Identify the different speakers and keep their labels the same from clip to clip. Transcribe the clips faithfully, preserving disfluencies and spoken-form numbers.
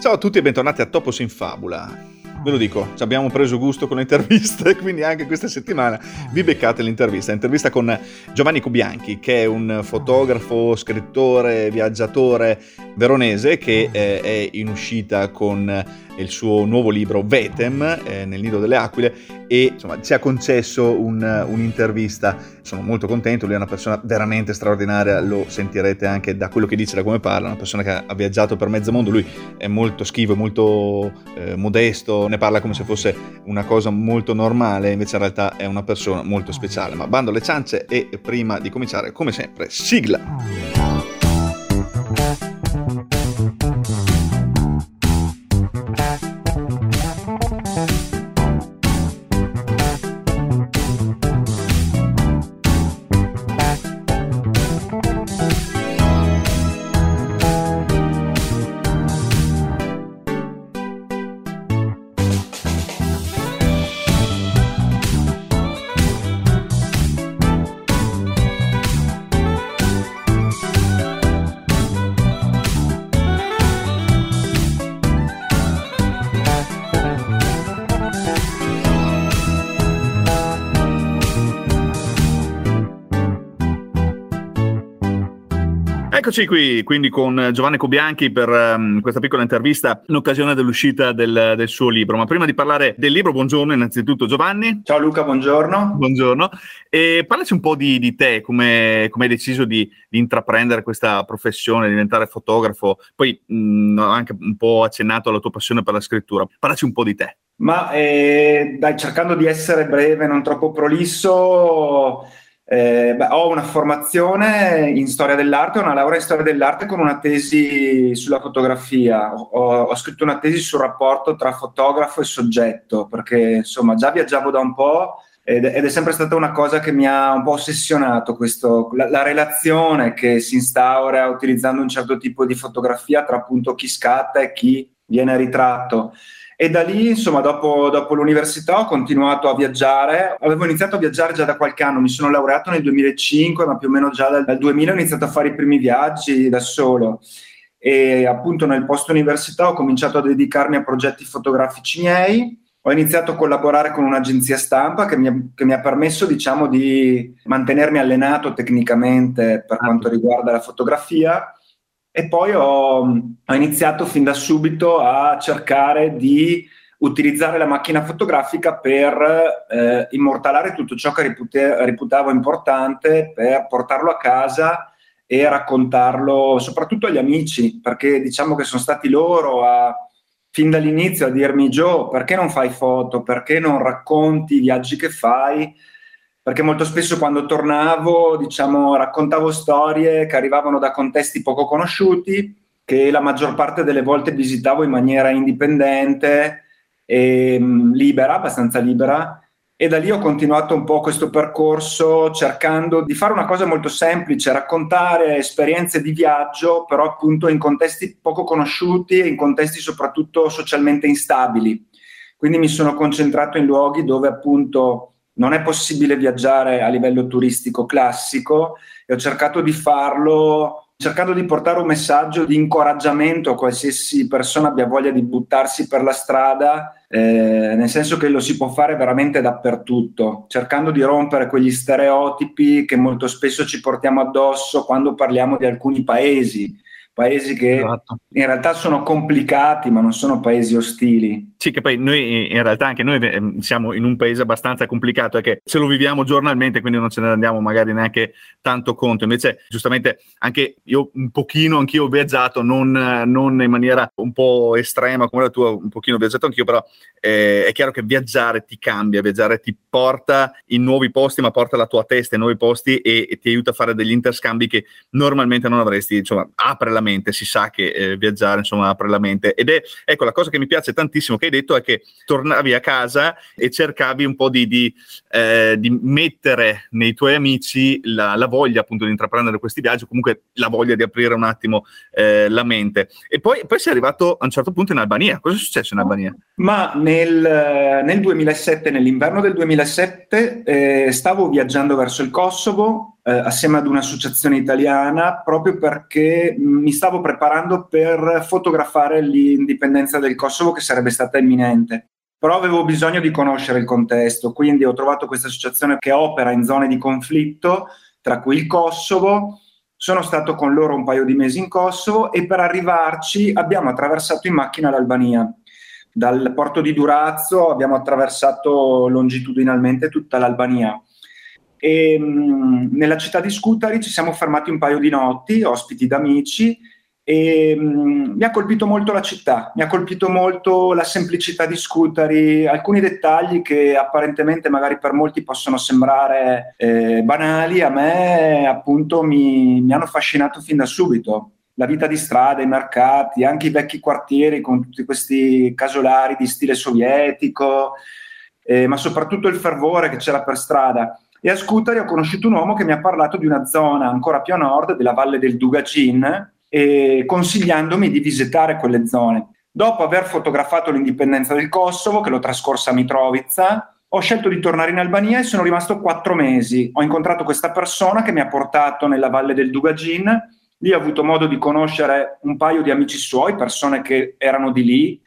Speaker 1: Ciao a tutti e bentornati a Topos in Fabula. Ve lo dico, ci abbiamo preso gusto con le interviste, quindi anche questa settimana vi beccate l'intervista. Intervista con Giovanni Cubianchi, che è un fotografo, scrittore, viaggiatore veronese che eh, è in uscita con il suo nuovo libro Vetem, eh, nel Nido delle Aquile, e insomma ci ha concesso un, un'intervista. Sono molto contento, lui è una persona veramente straordinaria, lo sentirete anche da quello che dice, da come parla, una persona che ha viaggiato per mezzo mondo. Lui è molto schivo, molto eh, modesto, ne parla come se fosse una cosa molto normale, invece in realtà è una persona molto speciale. Ma bando alle ciance e prima di cominciare, come sempre, sigla! Eccoci qui, quindi con Giovanni Cubianchi per um, questa piccola intervista in occasione dell'uscita del, del suo libro. Ma prima di parlare del libro, buongiorno innanzitutto Giovanni.
Speaker 2: Ciao Luca, buongiorno.
Speaker 1: Buongiorno. E parlaci un po' di, di te, come hai deciso di, di intraprendere questa professione, diventare fotografo, poi mh, anche un po' accennato alla tua passione per la scrittura. Parlaci un po' di te.
Speaker 2: Ma eh, dai, cercando di essere breve, non troppo prolisso... Eh, beh, ho una formazione in storia dell'arte, una laurea in storia dell'arte con una tesi sulla fotografia. Ho, ho scritto una tesi sul rapporto tra fotografo e soggetto, perché insomma già viaggiavo da un po' ed, ed è sempre stata una cosa che mi ha un po' ossessionato, questo, la, la relazione che si instaura utilizzando un certo tipo di fotografia tra appunto chi scatta e chi viene ritratto. E da lì, insomma, dopo, dopo l'università ho continuato a viaggiare. Avevo iniziato a viaggiare già da qualche anno, mi sono laureato nel duemilacinque, ma più o meno già dal, dal duemila ho iniziato a fare i primi viaggi da solo. E appunto nel post università ho cominciato a dedicarmi a progetti fotografici miei. Ho iniziato a collaborare con un'agenzia stampa che mi ha, che mi ha permesso, diciamo, di mantenermi allenato tecnicamente per quanto riguarda la fotografia. E poi ho, ho iniziato fin da subito a cercare di utilizzare la macchina fotografica per eh, immortalare tutto ciò che ripute, reputavo importante, per portarlo a casa e raccontarlo soprattutto agli amici, perché diciamo che sono stati loro a, fin dall'inizio a dirmi: Gio, perché non fai foto, perché non racconti i viaggi che fai? Perché molto spesso quando tornavo, diciamo, raccontavo storie che arrivavano da contesti poco conosciuti, che la maggior parte delle volte visitavo in maniera indipendente e mh, libera, abbastanza libera, e da lì ho continuato un po' questo percorso cercando di fare una cosa molto semplice, raccontare esperienze di viaggio, però appunto in contesti poco conosciuti e in contesti soprattutto socialmente instabili. Quindi mi sono concentrato in luoghi dove appunto non è possibile viaggiare a livello turistico classico e ho cercato di farlo cercando di portare un messaggio di incoraggiamento a qualsiasi persona abbia voglia di buttarsi per la strada, eh, nel senso che lo si può fare veramente dappertutto, cercando di rompere quegli stereotipi che molto spesso ci portiamo addosso quando parliamo di alcuni paesi. Paesi che esatto. In realtà sono complicati, ma non sono paesi ostili.
Speaker 1: Sì, che poi noi in realtà anche noi siamo in un paese abbastanza complicato, è che ce lo viviamo giornalmente, quindi non ce ne rendiamo magari neanche tanto conto. Invece giustamente anche io un pochino, anch'io ho viaggiato, non, non in maniera un po' estrema come la tua, un pochino ho viaggiato anch'io, però eh, è chiaro che viaggiare ti cambia, viaggiare ti porta in nuovi posti, ma porta la tua testa in nuovi posti e, e ti aiuta a fare degli interscambi che normalmente non avresti, insomma, apre la mente, si sa che eh, viaggiare insomma apre la mente. Ed è, ecco, la cosa che mi piace tantissimo che hai detto è che tornavi a casa e cercavi un po' di, di, eh, di mettere nei tuoi amici la, la voglia appunto di intraprendere questi viaggi, comunque la voglia di aprire un attimo eh, la mente. E poi, poi sei arrivato a un certo punto in Albania. Cosa è successo in Albania?
Speaker 2: Ma nel, nel duemilasette, nell'inverno del duemilasette, eh, stavo viaggiando verso il Kosovo eh, assieme ad un'associazione italiana, proprio perché mi stavo preparando per fotografare l'indipendenza del Kosovo, che sarebbe stata imminente. Però avevo bisogno di conoscere il contesto, quindi ho trovato questa associazione che opera in zone di conflitto, tra cui il Kosovo. Sono stato con loro un paio di mesi in Kosovo e per arrivarci abbiamo attraversato in macchina l'Albania. Dal porto di Durazzo abbiamo attraversato longitudinalmente tutta l'Albania. E, mh, nella città di Scutari ci siamo fermati un paio di notti, ospiti d'amici, e mh, mi ha colpito molto la città, mi ha colpito molto la semplicità di Scutari, alcuni dettagli che apparentemente magari per molti possono sembrare eh, banali, a me appunto mi, mi hanno affascinato fin da subito. La vita di strada, i mercati, anche i vecchi quartieri con tutti questi casolari di stile sovietico, eh, ma soprattutto il fervore che c'era per strada. E a Scutari ho conosciuto un uomo che mi ha parlato di una zona ancora più a nord, della valle del Dugagin, e consigliandomi di visitare quelle zone. Dopo aver fotografato l'indipendenza del Kosovo, che l'ho trascorsa a Mitrovica, ho scelto di tornare in Albania e sono rimasto quattro mesi. Ho incontrato questa persona che mi ha portato nella valle del Dugagin. Lì ho avuto modo di conoscere un paio di amici suoi, persone che erano di lì,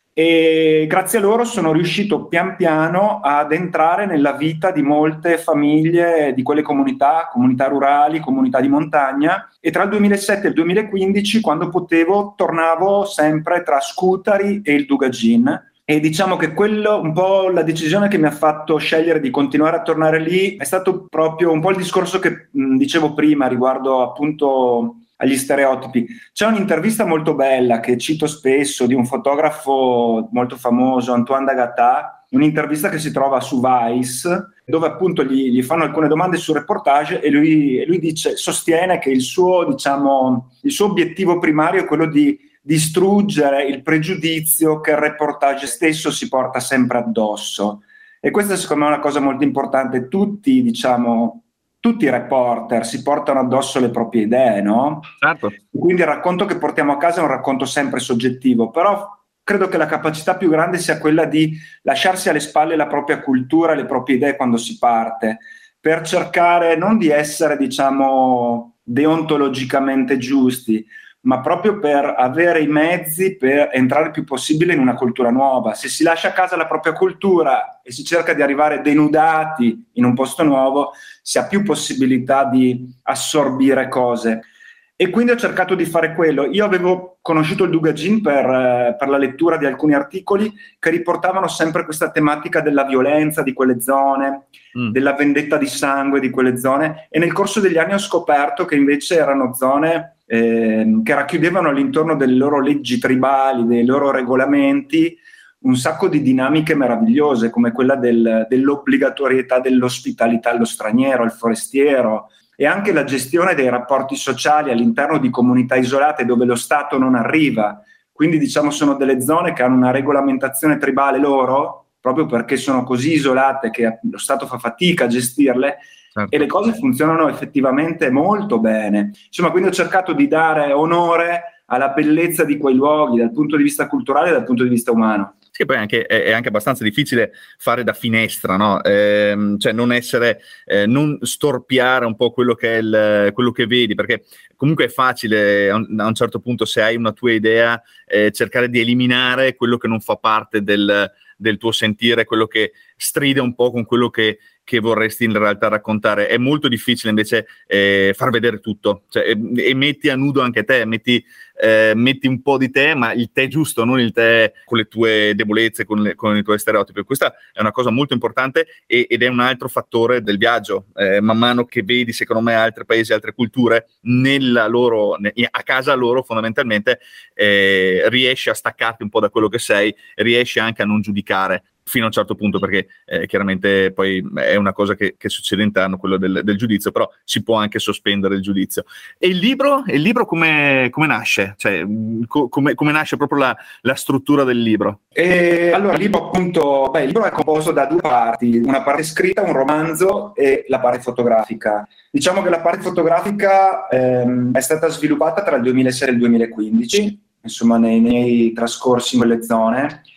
Speaker 2: e grazie a loro sono riuscito pian piano ad entrare nella vita di molte famiglie di quelle comunità, comunità rurali, comunità di montagna, e tra il duemilasette e il duemilaquindici, quando potevo, tornavo sempre tra Scutari e il Dugagin. E diciamo che quello, un po' la decisione che mi ha fatto scegliere di continuare a tornare lì, è stato proprio un po' il discorso che mh, dicevo prima riguardo appunto agli stereotipi. C'è un'intervista molto bella che cito spesso di un fotografo molto famoso, Antoine D'Agata, un'intervista che si trova su Vice, dove appunto gli, gli fanno alcune domande sul reportage e lui, lui dice, sostiene che il suo, diciamo, il suo obiettivo primario è quello di distruggere il pregiudizio che il reportage stesso si porta sempre addosso. E questa secondo me è una cosa molto importante. Tutti, diciamo, tutti i reporter si portano addosso le proprie idee, no?
Speaker 1: Certo.
Speaker 2: Quindi il racconto che portiamo a casa è un racconto sempre soggettivo, però credo che la capacità più grande sia quella di lasciarsi alle spalle la propria cultura, le proprie idee quando si parte, per cercare non di essere, diciamo, deontologicamente giusti, ma proprio per avere i mezzi per entrare il più possibile in una cultura nuova. Se si lascia a casa la propria cultura e si cerca di arrivare denudati in un posto nuovo, si ha più possibilità di assorbire cose. E quindi ho cercato di fare quello. Io avevo conosciuto il Dugagin per, eh, per la lettura di alcuni articoli che riportavano sempre questa tematica della violenza di quelle zone, mm. della vendetta di sangue di quelle zone, e nel corso degli anni ho scoperto che invece erano zone eh, che racchiudevano all'interno delle loro leggi tribali, dei loro regolamenti, un sacco di dinamiche meravigliose, come quella del, dell'obbligatorietà dell'ospitalità allo straniero, al forestiero, e anche la gestione dei rapporti sociali all'interno di comunità isolate dove lo Stato non arriva. Quindi diciamo sono delle zone che hanno una regolamentazione tribale loro, proprio perché sono così isolate che lo Stato fa fatica a gestirle, certo. E le cose funzionano effettivamente molto bene. Insomma, quindi ho cercato di dare onore alla bellezza di quei luoghi dal punto di vista culturale e dal punto di vista umano.
Speaker 1: Che poi anche, è anche abbastanza difficile fare da finestra, no? Eh, cioè non essere, eh, non storpiare un po' quello che è il, quello che vedi, perché comunque è facile a un, a un certo punto, se hai una tua idea, eh, cercare di eliminare quello che non fa parte del, del tuo sentire, quello che stride un po' con quello che, che vorresti in realtà raccontare. È molto difficile invece eh, far vedere tutto, cioè, e, e metti a nudo anche te, metti, eh, metti un po' di te, ma il te giusto, non il te con le tue debolezze, con, le, con i tuoi stereotipi. Questa è una cosa molto importante e, ed è un altro fattore del viaggio. Eh, man mano che vedi, secondo me, altri paesi, altre culture, nella loro, ne, a casa loro fondamentalmente, eh, riesci a staccarti un po' da quello che sei, riesci anche a non giudicare fino a un certo punto, perché eh, chiaramente poi è una cosa che, che succede interno, quello del, del giudizio, però si può anche sospendere il giudizio. E il libro, il libro come, come nasce? Cioè, co- come, come nasce proprio la, la struttura del libro?
Speaker 2: E allora, il libro appunto, beh, il libro è composto da due parti, una parte scritta, un romanzo, e la parte fotografica. Diciamo che la parte fotografica ehm, è stata sviluppata tra il duemilasei e il duemilaquindici, insomma nei, nei trascorsi in quelle zone.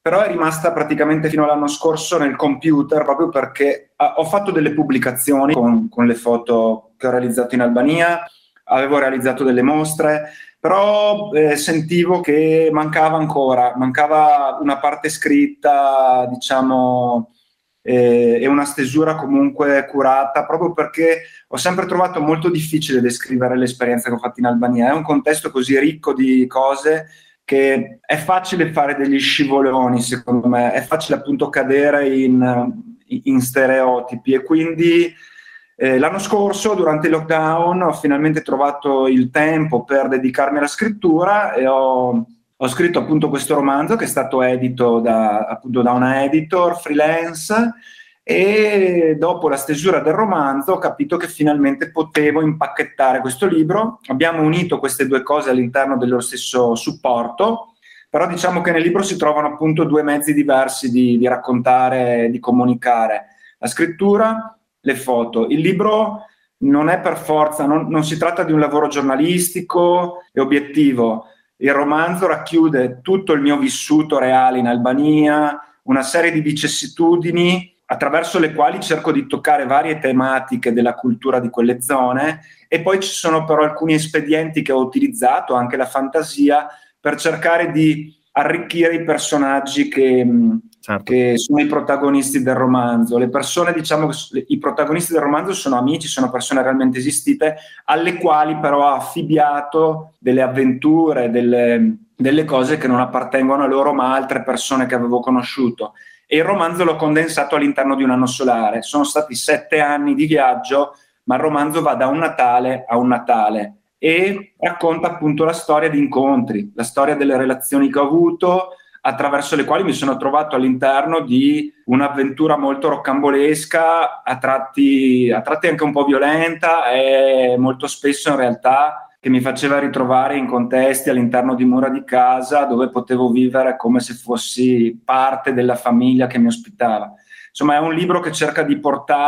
Speaker 2: però è rimasta praticamente fino all'anno scorso nel computer, proprio perché ho fatto delle pubblicazioni con, con le foto che ho realizzato in Albania, avevo realizzato delle mostre, però eh, sentivo che mancava ancora, mancava una parte scritta, diciamo, eh, e una stesura comunque curata, proprio perché ho sempre trovato molto difficile descrivere l'esperienza che ho fatto in Albania. È un contesto così ricco di cose che è facile fare degli scivoloni, secondo me, è facile appunto cadere in, in stereotipi, e quindi eh, l'anno scorso, durante il lockdown, ho finalmente trovato il tempo per dedicarmi alla scrittura e ho, ho scritto appunto questo romanzo che è stato edito da, appunto da una editor freelance, e dopo la stesura del romanzo ho capito che finalmente potevo impacchettare questo libro. Abbiamo unito queste due cose all'interno dello stesso supporto, però diciamo che nel libro si trovano appunto due mezzi diversi di, di raccontare, di comunicare: la scrittura, le foto. Il libro non è per forza, non, non si tratta di un lavoro giornalistico e obiettivo. Il romanzo racchiude tutto il mio vissuto reale in Albania, una serie di vicissitudini attraverso le quali cerco di toccare varie tematiche della cultura di quelle zone, e poi ci sono però alcuni espedienti che ho utilizzato, anche la fantasia, per cercare di arricchire i personaggi che, certo. che sono i protagonisti del romanzo. Le persone, diciamo che i protagonisti del romanzo sono amici, sono persone realmente esistite, alle quali però ho affibbiato delle avventure, delle, delle cose che non appartengono a loro ma a altre persone che avevo conosciuto. E il romanzo l'ho condensato all'interno di un anno solare. Sono stati sette anni di viaggio, ma il romanzo va da un Natale a un Natale e racconta appunto la storia di incontri, la storia delle relazioni che ho avuto, attraverso le quali mi sono trovato all'interno di un'avventura molto roccambolesca, a tratti, a tratti anche un po' violenta, e molto spesso in realtà che mi faceva ritrovare in contesti all'interno di mura di casa dove potevo vivere come se fossi parte della famiglia che mi ospitava. Insomma, è un libro che cerca di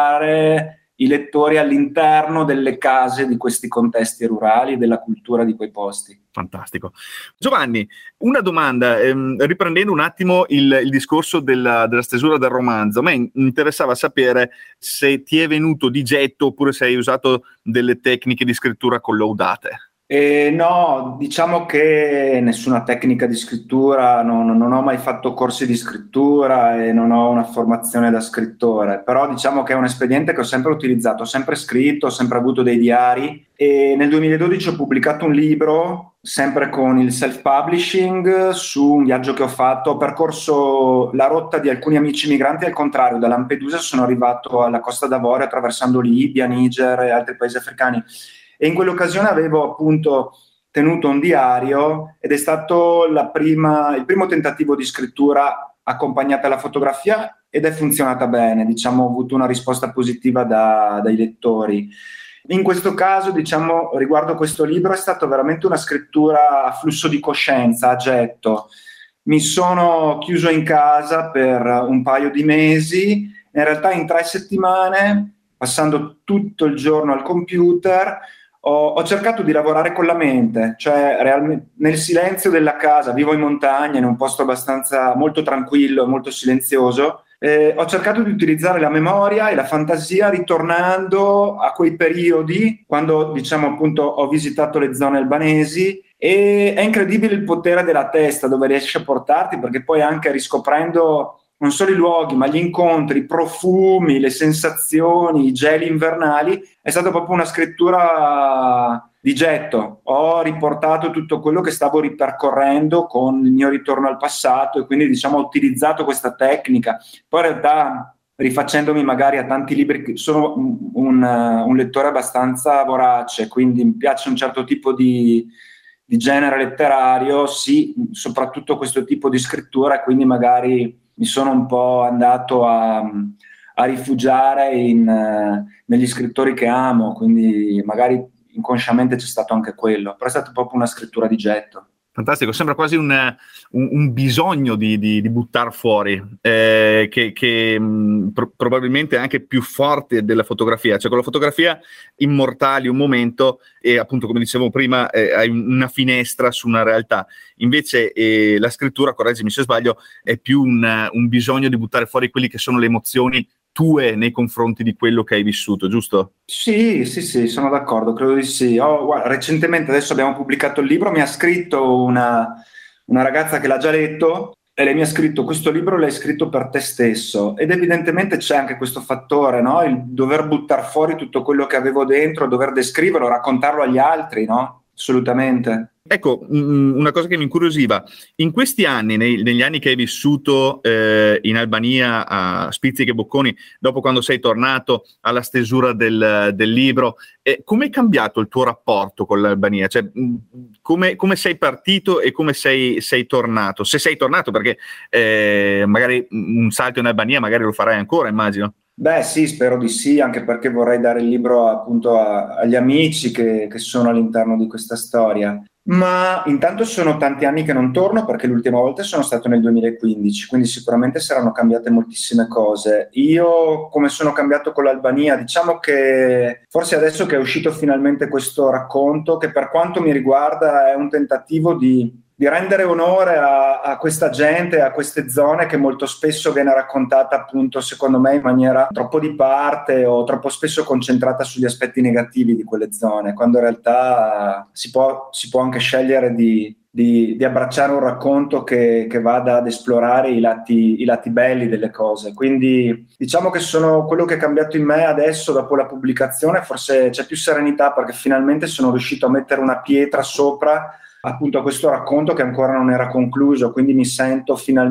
Speaker 2: portare i lettori all'interno delle case di questi contesti rurali e della cultura di quei posti.
Speaker 1: Fantastico. Giovanni, una domanda, ehm, riprendendo un attimo il, il discorso della, della stesura del romanzo. A me interessava sapere se ti è venuto di getto oppure se hai usato delle tecniche di scrittura collaudate.
Speaker 2: Eh, no, diciamo che nessuna tecnica di scrittura, no, no, non ho mai fatto corsi di scrittura e non ho una formazione da scrittore, però diciamo che è un espediente che ho sempre utilizzato, ho sempre scritto, ho sempre avuto dei diari, e nel duemiladodici ho pubblicato un libro, sempre con il self-publishing, su un viaggio che ho fatto. Ho percorso la rotta di alcuni amici migranti, al contrario, da Lampedusa sono arrivato alla Costa d'Avorio attraversando Libia, Niger e altri paesi africani. E in quell'occasione avevo appunto tenuto un diario ed è stato la prima, il primo tentativo di scrittura accompagnata alla fotografia, ed è funzionata bene, diciamo, ho avuto una risposta positiva da, dai lettori. In questo caso, diciamo, riguardo questo libro, è stata veramente una scrittura a flusso di coscienza, a getto. Mi sono chiuso in casa per un paio di mesi, in realtà in tre settimane, passando tutto il giorno al computer, Ho, ho cercato di lavorare con la mente, cioè realmente nel silenzio della casa. Vivo in montagna, in un posto abbastanza molto tranquillo, molto silenzioso. Eh, ho cercato di utilizzare la memoria e la fantasia ritornando a quei periodi quando, diciamo, appunto ho visitato le zone albanesi, e è incredibile il potere della testa dove riesce a portarti, perché poi anche riscoprendo non solo i luoghi, ma gli incontri, i profumi, le sensazioni, i geli invernali, è stata proprio una scrittura di getto. Ho riportato tutto quello che stavo ripercorrendo con il mio ritorno al passato, e quindi, diciamo, ho utilizzato questa tecnica. Poi in realtà, rifacendomi magari a tanti libri, sono un, un, un lettore abbastanza vorace, quindi mi piace un certo tipo di, di genere letterario, sì, soprattutto questo tipo di scrittura, quindi magari mi sono un po' andato a, a rifugiare in, uh, negli scrittori che amo, quindi magari inconsciamente c'è stato anche quello, però è stata proprio una scrittura di getto.
Speaker 1: Fantastico, sembra quasi un, un, un bisogno di, di, di buttar fuori, eh, che, che mh, pro- probabilmente è anche più forte della fotografia. Cioè con la fotografia immortali un momento e appunto, come dicevo prima, eh, hai una finestra su una realtà. Invece eh, la scrittura, correggimi se sbaglio, è più un, un bisogno di buttare fuori quelli che sono le emozioni tue nei confronti di quello che hai vissuto, giusto?
Speaker 2: Sì, sì, sì, sono d'accordo, credo di sì. Oh, guarda, recentemente, adesso abbiamo pubblicato il libro, mi ha scritto una, una ragazza che l'ha già letto e lei mi ha scritto: questo libro l'hai scritto per te stesso, ed evidentemente c'è anche questo fattore, no? Il dover buttare fuori tutto quello che avevo dentro, dover descriverlo, raccontarlo agli altri, no? Assolutamente.
Speaker 1: Ecco, mh, una cosa che mi incuriosiva, in questi anni, nei- negli anni che hai vissuto eh, in Albania a Spizzichi e Bocconi, dopo quando sei tornato alla stesura del, del libro, eh, come è cambiato il tuo rapporto con l'Albania? Cioè, mh, come, come sei partito e come sei, sei tornato? Se sei tornato, perché eh, magari un salto in Albania magari lo farai ancora, immagino.
Speaker 2: Beh, sì, spero di sì, anche perché vorrei dare il libro appunto a- agli amici che, che sono all'interno di questa storia. Ma intanto sono tanti anni che non torno, perché l'ultima volta sono stato nel duemilaquindici, quindi sicuramente saranno cambiate moltissime cose. Io, come sono cambiato con l'Albania, diciamo che forse adesso che è uscito finalmente questo racconto, che per quanto mi riguarda è un tentativo di di rendere onore a, a questa gente, a queste zone che molto spesso viene raccontata, appunto, secondo me, in maniera troppo di parte o troppo spesso concentrata sugli aspetti negativi di quelle zone, quando in realtà si può, si può anche scegliere di, di, di abbracciare un racconto che, che vada ad esplorare i lati, i lati belli delle cose. Quindi diciamo che sono quello che è cambiato in me adesso dopo la pubblicazione. Forse c'è più serenità, perché finalmente sono riuscito a mettere una pietra sopra appunto a questo racconto che ancora non era concluso, quindi mi sento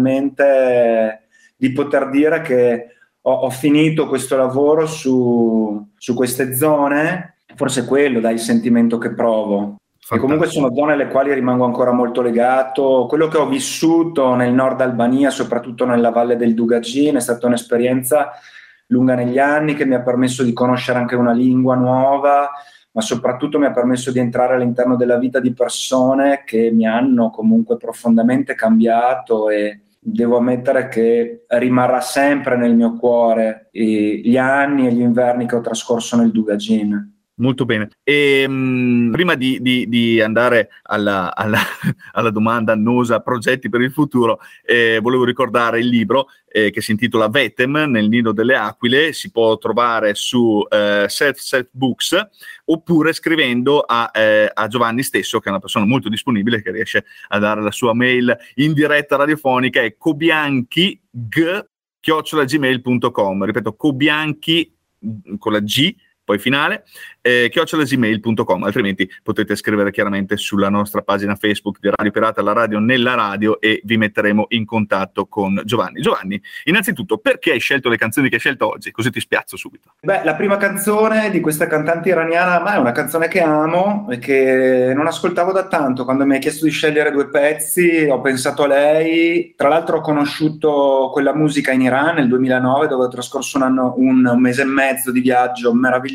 Speaker 2: finalmente di poter dire che ho, ho finito questo lavoro su, su queste zone. Forse quello dà il sentimento che provo. E comunque
Speaker 1: Fantastico.
Speaker 2: sono zone alle quali rimango ancora molto legato. Quello che ho vissuto nel nord Albania, soprattutto nella valle del Dugagin, è stata un'esperienza lunga negli anni che mi ha permesso di conoscere anche una lingua nuova, ma soprattutto mi ha permesso di entrare all'interno della vita di persone che mi hanno comunque profondamente cambiato, e devo ammettere che rimarrà sempre nel mio cuore gli anni e gli inverni che ho trascorso nel Dugagin.
Speaker 1: Molto bene. E, mh, prima di, di, di andare alla, alla, alla domanda annosa, progetti per il futuro, eh, volevo ricordare il libro eh, che si intitola Vetem, nel nido delle aquile. Si può trovare su eh, Self Self Books, oppure scrivendo a, eh, a Giovanni stesso, che è una persona molto disponibile, che riesce a dare la sua mail in diretta radiofonica. È cobianchi chiocciola gmail punto com. Ripeto, cobianchi con la G poi finale, eh, chiocciola gmail punto com, altrimenti potete scrivere chiaramente sulla nostra pagina Facebook di Radio Pirata, la radio nella radio, e vi metteremo in contatto con Giovanni. Giovanni, innanzitutto, perché hai scelto le canzoni che hai scelto oggi? Così ti spiazzo subito.
Speaker 2: Beh, la prima canzone di questa cantante iraniana, ma è una canzone che amo e che non ascoltavo da tanto. Quando mi hai chiesto di scegliere due pezzi, ho pensato a lei. Tra l'altro ho conosciuto quella musica in Iran nel duemilanove, dove ho trascorso un anno, un mese e mezzo di viaggio meraviglioso,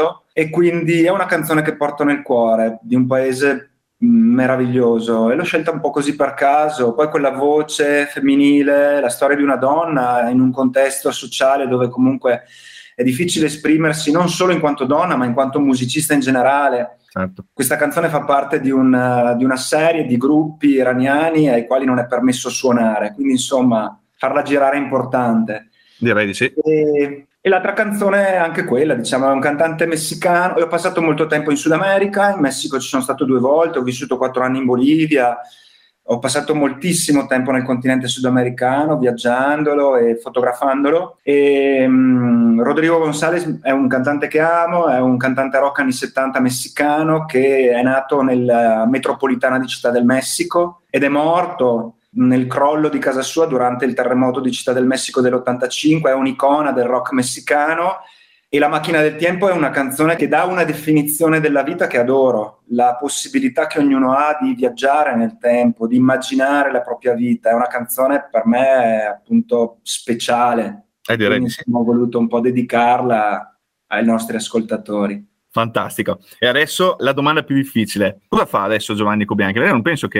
Speaker 2: e quindi è una canzone che porto nel cuore, di un paese meraviglioso, e l'ho scelta un po' così per caso. Poi quella voce femminile, la storia di una donna in un contesto sociale dove comunque è difficile esprimersi non solo in quanto donna, ma in quanto musicista in generale.
Speaker 1: Certo.
Speaker 2: Questa canzone fa parte di, un, di una serie di gruppi iraniani ai quali non è permesso suonare, quindi insomma farla girare è importante.
Speaker 1: Direi di sì.
Speaker 2: E, e l'altra canzone è anche quella, diciamo, è un cantante messicano. Io ho passato molto tempo in Sud America, in Messico ci sono stato due volte, ho vissuto quattro anni in Bolivia, ho passato moltissimo tempo nel continente sudamericano viaggiandolo e fotografandolo. E um, Rodrigo González è un cantante che amo, è un cantante rock anni settanta messicano che è nato nella metropolitana di Città del Messico ed è morto nel crollo di casa sua durante il terremoto di Città del Messico dell'ottantacinque. È un'icona del rock messicano, e La macchina del tempo è una canzone che dà una definizione della vita che adoro, la possibilità che ognuno ha di viaggiare nel tempo, di immaginare la propria vita. È una canzone per me appunto speciale,
Speaker 1: Eh, direi
Speaker 2: quindi
Speaker 1: di sì.
Speaker 2: ho voluto un po' dedicarla ai nostri ascoltatori.
Speaker 1: Fantastico. E adesso la domanda più difficile. Cosa fa adesso Giovanni Cobianchi? Io non penso che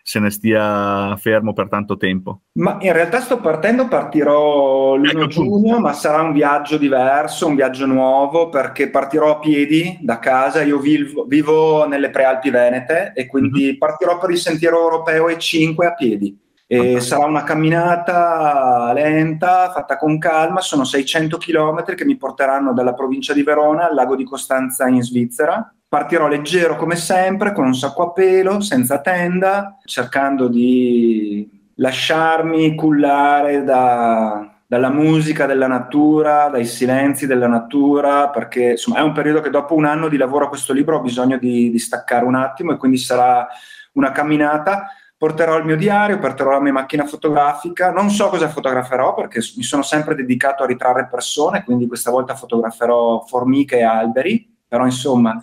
Speaker 1: se ne stia fermo per tanto tempo?
Speaker 2: Ma in realtà sto partendo, partirò l'primo giugno, ma sarà un viaggio diverso, un viaggio nuovo, perché partirò a piedi da casa. Io vivo, vivo nelle Prealpi Venete e quindi mm-hmm. partirò per il Sentiero Europeo E cinque a piedi. E sarà una camminata lenta, fatta con calma. Sono seicento chilometri che mi porteranno dalla provincia di Verona al lago di Costanza in Svizzera. Partirò leggero come sempre, con un sacco a pelo, senza tenda, cercando di lasciarmi cullare da, dalla musica della natura, dai silenzi della natura, perché insomma è un periodo che dopo un anno di lavoro a questo libro ho bisogno di, di staccare un attimo, e quindi sarà una camminata. Porterò il mio diario, porterò la mia macchina fotografica, non so cosa fotograferò perché mi sono sempre dedicato a ritrarre persone, quindi questa volta fotograferò formiche e alberi, però insomma,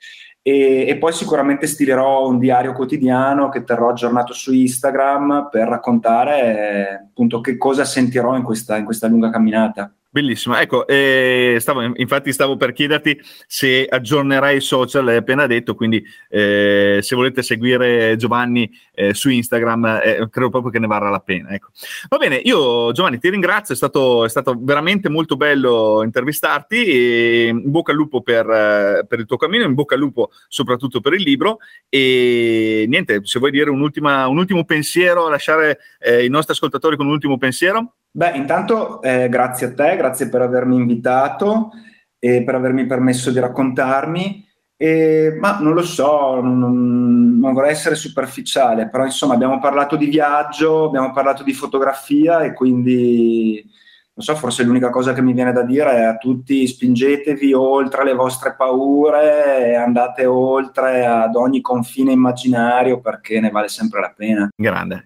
Speaker 2: e, e poi sicuramente stilerò un diario quotidiano che terrò aggiornato su Instagram per raccontare eh, appunto che cosa sentirò in questa, in questa lunga camminata.
Speaker 1: Bellissimo, ecco, eh, stavo, infatti stavo per chiederti se aggiornerai i social, l'hai appena detto, quindi eh, se volete seguire Giovanni eh, su Instagram, eh, credo proprio che ne varrà la pena. Ecco. Va bene, io Giovanni ti ringrazio, è stato, è stato veramente molto bello intervistarti, e in bocca al lupo per, eh, per il tuo cammino, in bocca al lupo soprattutto per il libro, e niente, se vuoi dire un'ultima, un ultimo pensiero, lasciare eh, i nostri ascoltatori con un ultimo pensiero?
Speaker 2: Beh, intanto eh, grazie a te, grazie per avermi invitato e per avermi permesso di raccontarmi, e, ma non lo so, non, non vorrei essere superficiale, però insomma abbiamo parlato di viaggio, abbiamo parlato di fotografia, e quindi non so, forse l'unica cosa che mi viene da dire è a tutti: spingetevi oltre le vostre paure e andate oltre ad ogni confine immaginario, perché ne vale sempre la pena.
Speaker 1: Grande.